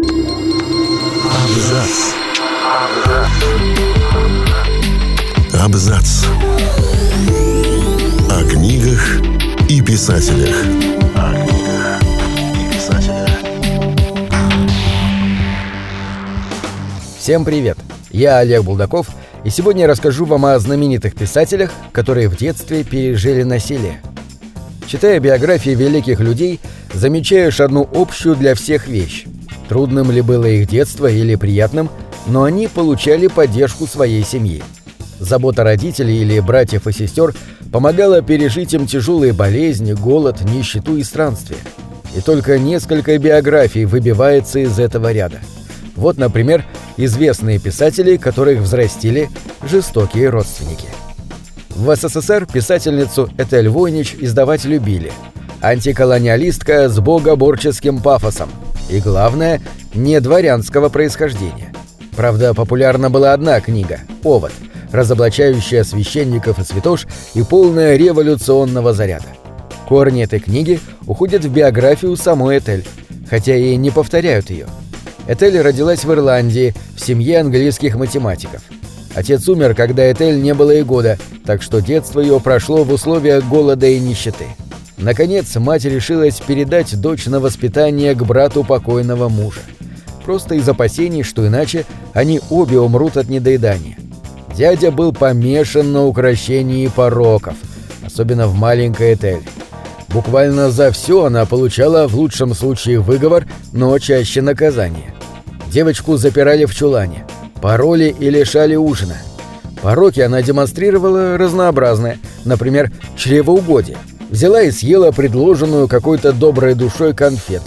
Абзац. Абзац. О книгах и писателях. Всем привет! Я Олег Булдаков, и сегодня я расскажу вам о знаменитых писателях, которые в детстве пережили насилие. Читая биографии великих людей, замечаешь одну общую для всех вещь. Трудным ли было их детство или приятным, но они получали поддержку своей семьи. Забота родителей или братьев и сестер помогала пережить им тяжелые болезни, голод, нищету и странствия. И только несколько биографий выбивается из этого ряда. Вот, например, известные писатели, которых взрастили жестокие родственники. В СССР писательницу Этель Войнич издавать любили. Антиколониалистка с богоборческим пафосом. И главное, не дворянского происхождения. Правда, популярна была одна книга «Овод», разоблачающая священников и святош и полная революционного заряда. Корни этой книги уходят в биографию самой Этель, хотя и не повторяют ее. Этель родилась в Ирландии, в семье английских математиков. Отец умер, когда Этель не было и года, так что детство ее прошло в условиях голода и нищеты. Наконец, мать решилась передать дочь на воспитание к брату покойного мужа. Просто из опасений, что иначе они обе умрут от недоедания. Дядя был помешан на укрощении пороков, особенно в маленькой Этель. Буквально за все она получала в лучшем случае выговор, но чаще наказание. Девочку запирали в чулане, пороли и лишали ужина. Пороки она демонстрировала разнообразные, например, чревоугодие. Взяла и съела предложенную какой-то доброй душой конфету.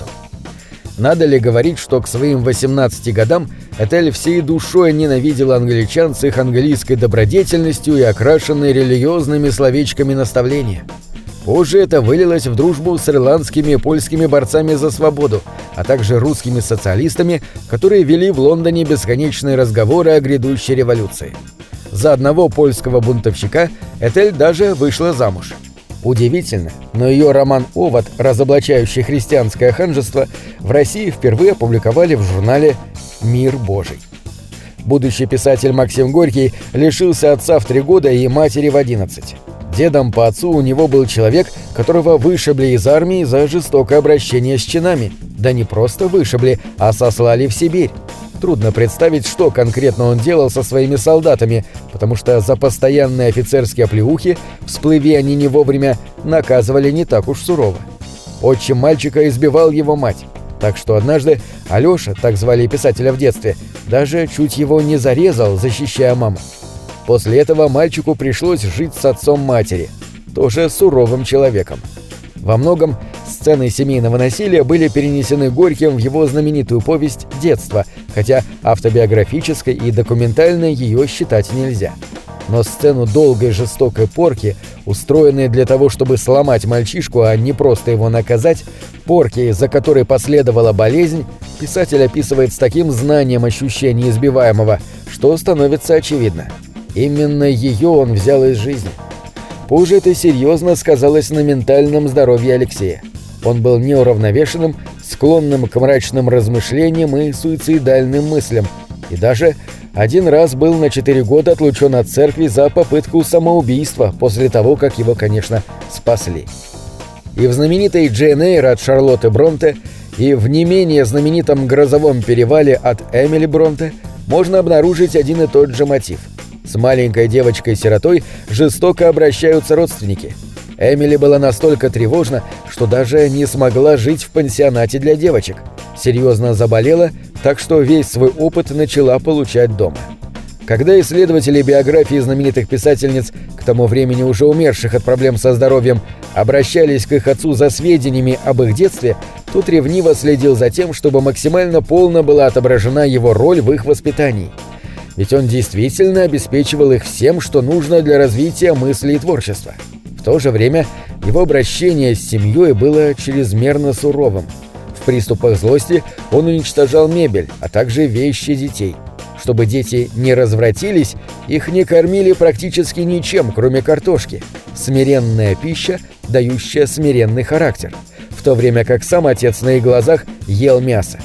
Надо ли говорить, что к своим 18 годам Этель всей душой ненавидела англичан с их английской добродетельностью и окрашенной религиозными словечками наставления. Позже это вылилось в дружбу с ирландскими и польскими борцами за свободу, а также русскими социалистами, которые вели в Лондоне бесконечные разговоры о грядущей революции. За одного польского бунтовщика Этель даже вышла замуж. Удивительно, но ее роман «Овод», разоблачающий христианское ханжество, в России впервые опубликовали в журнале «Мир Божий». Будущий писатель Максим Горький лишился отца в 3 года и матери в 11. Дедом по отцу у него был человек, которого вышибли из армии за жестокое обращение с чинами. Да не просто вышибли, а сослали в Сибирь. Трудно представить, что конкретно он делал со своими солдатами, потому что за постоянные офицерские оплеухи, всплыви они не вовремя, наказывали не так уж сурово. Отчим мальчика избивал его мать, так что однажды Алёша, так звали писателя в детстве, даже чуть его не зарезал, защищая маму. После этого мальчику пришлось жить с отцом матери, тоже суровым человеком. Во многом сцены семейного насилия были перенесены Горьким в его знаменитую повесть «Детство», хотя автобиографической и документальной ее считать нельзя. Но сцену долгой жестокой порки, устроенной для того, чтобы сломать мальчишку, а не просто его наказать, порки, за которой последовала болезнь, писатель описывает с таким знанием ощущений избиваемого, что становится очевидно. Именно ее он взял из жизни. Позже это серьезно сказалось на ментальном здоровье Алексея. Он был неуравновешенным, склонным к мрачным размышлениям и суицидальным мыслям, и даже один раз был на 4 года отлучен от церкви за попытку самоубийства после того, как его, конечно, спасли. И в знаменитой Джейн Эйр от Шарлотты Бронте, и в не менее знаменитом «Грозовом перевале» от Эмили Бронте можно обнаружить один и тот же мотив. С маленькой девочкой-сиротой жестоко обращаются родственники. Эмили была настолько тревожна, что даже не смогла жить в пансионате для девочек. Серьезно заболела, так что весь свой опыт начала получать дома. Когда исследователи биографии знаменитых писательниц, к тому времени уже умерших от проблем со здоровьем, обращались к их отцу за сведениями об их детстве, тот ревниво следил за тем, чтобы максимально полно была отображена его роль в их воспитании. Ведь он действительно обеспечивал их всем, что нужно для развития мысли и творчества. В то же время его обращение с семьей было чрезмерно суровым. В приступах злости он уничтожал мебель, а также вещи детей. Чтобы дети не развратились, их не кормили практически ничем, кроме картошки. Смиренная пища, дающая смиренный характер. В то время как сам отец на их глазах ел мясо.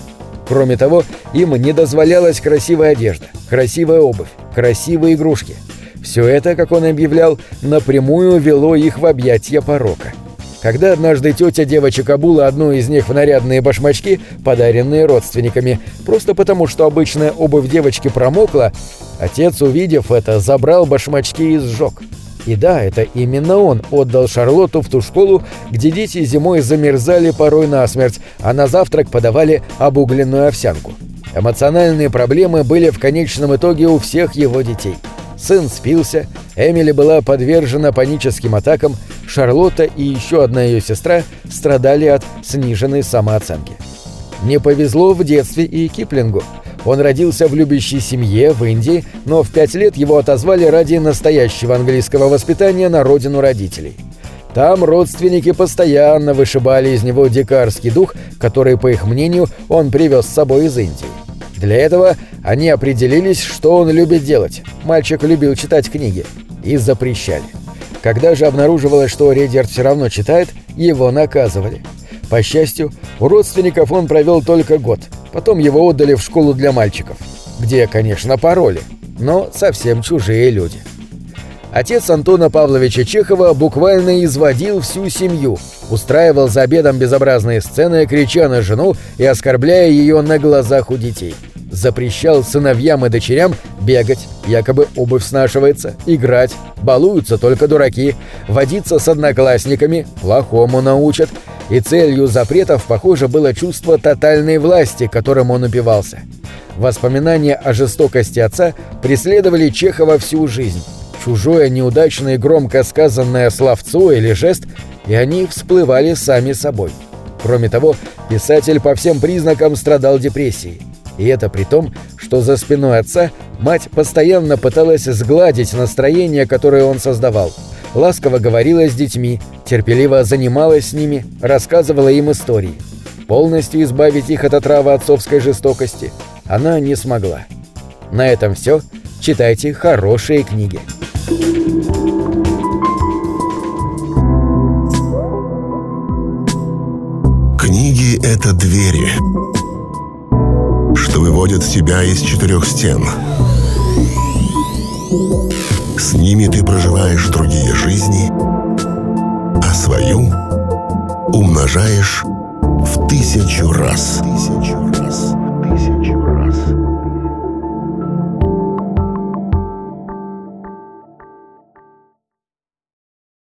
Кроме того, им не дозволялась красивая одежда, красивая обувь, красивые игрушки. Все это, как он объявлял, напрямую вело их в объятия порока. Когда однажды тетя девочек обула одну из них в нарядные башмачки, подаренные родственниками, просто потому, что обычная обувь девочки промокла, отец, увидев это, забрал башмачки и сжег. И да, это именно он отдал Шарлотту в ту школу, где дети зимой замерзали порой насмерть, а на завтрак подавали обугленную овсянку. Эмоциональные проблемы были в конечном итоге у всех его детей. Сын спился, Эмили была подвержена паническим атакам, Шарлотта и еще одна ее сестра страдали от сниженной самооценки. Не повезло в детстве и Киплингу. Он родился в любящей семье в Индии, но в 5 лет его отозвали ради настоящего английского воспитания на родину родителей. Там родственники постоянно вышибали из него дикарский дух, который, по их мнению, он привез с собой из Индии. Для этого они определились, что он любит делать. Мальчик любил читать книги. И запрещали. Когда же обнаруживалось, что Редьярд все равно читает, его наказывали. По счастью, у родственников он провел только год. Потом его отдали в школу для мальчиков, где, конечно, пароли, но совсем чужие люди. Отец Антона Павловича Чехова буквально изводил всю семью, устраивал за обедом безобразные сцены, крича на жену и оскорбляя ее на глазах у детей. Запрещал сыновьям и дочерям бегать, якобы обувь снашивается, играть, балуются только дураки, водиться с одноклассниками, плохому научат. И целью запретов, похоже, было чувство тотальной власти, которым он упивался. Воспоминания о жестокости отца преследовали Чехова всю жизнь. Чужое неудачное и громко сказанное словцо или жест, и они всплывали сами собой. Кроме того, писатель по всем признакам страдал депрессией. И это при том, что за спиной отца мать постоянно пыталась сгладить настроение, которое он создавал. Ласково говорила с детьми, терпеливо занималась с ними, рассказывала им истории. Полностью избавить их от отравы отцовской жестокости она не смогла. На этом все. Читайте хорошие книги. Книги — это двери, что выводят тебя из 4 стен. С ними ты проживаешь другие жизни, а свою умножаешь в 1000 раз.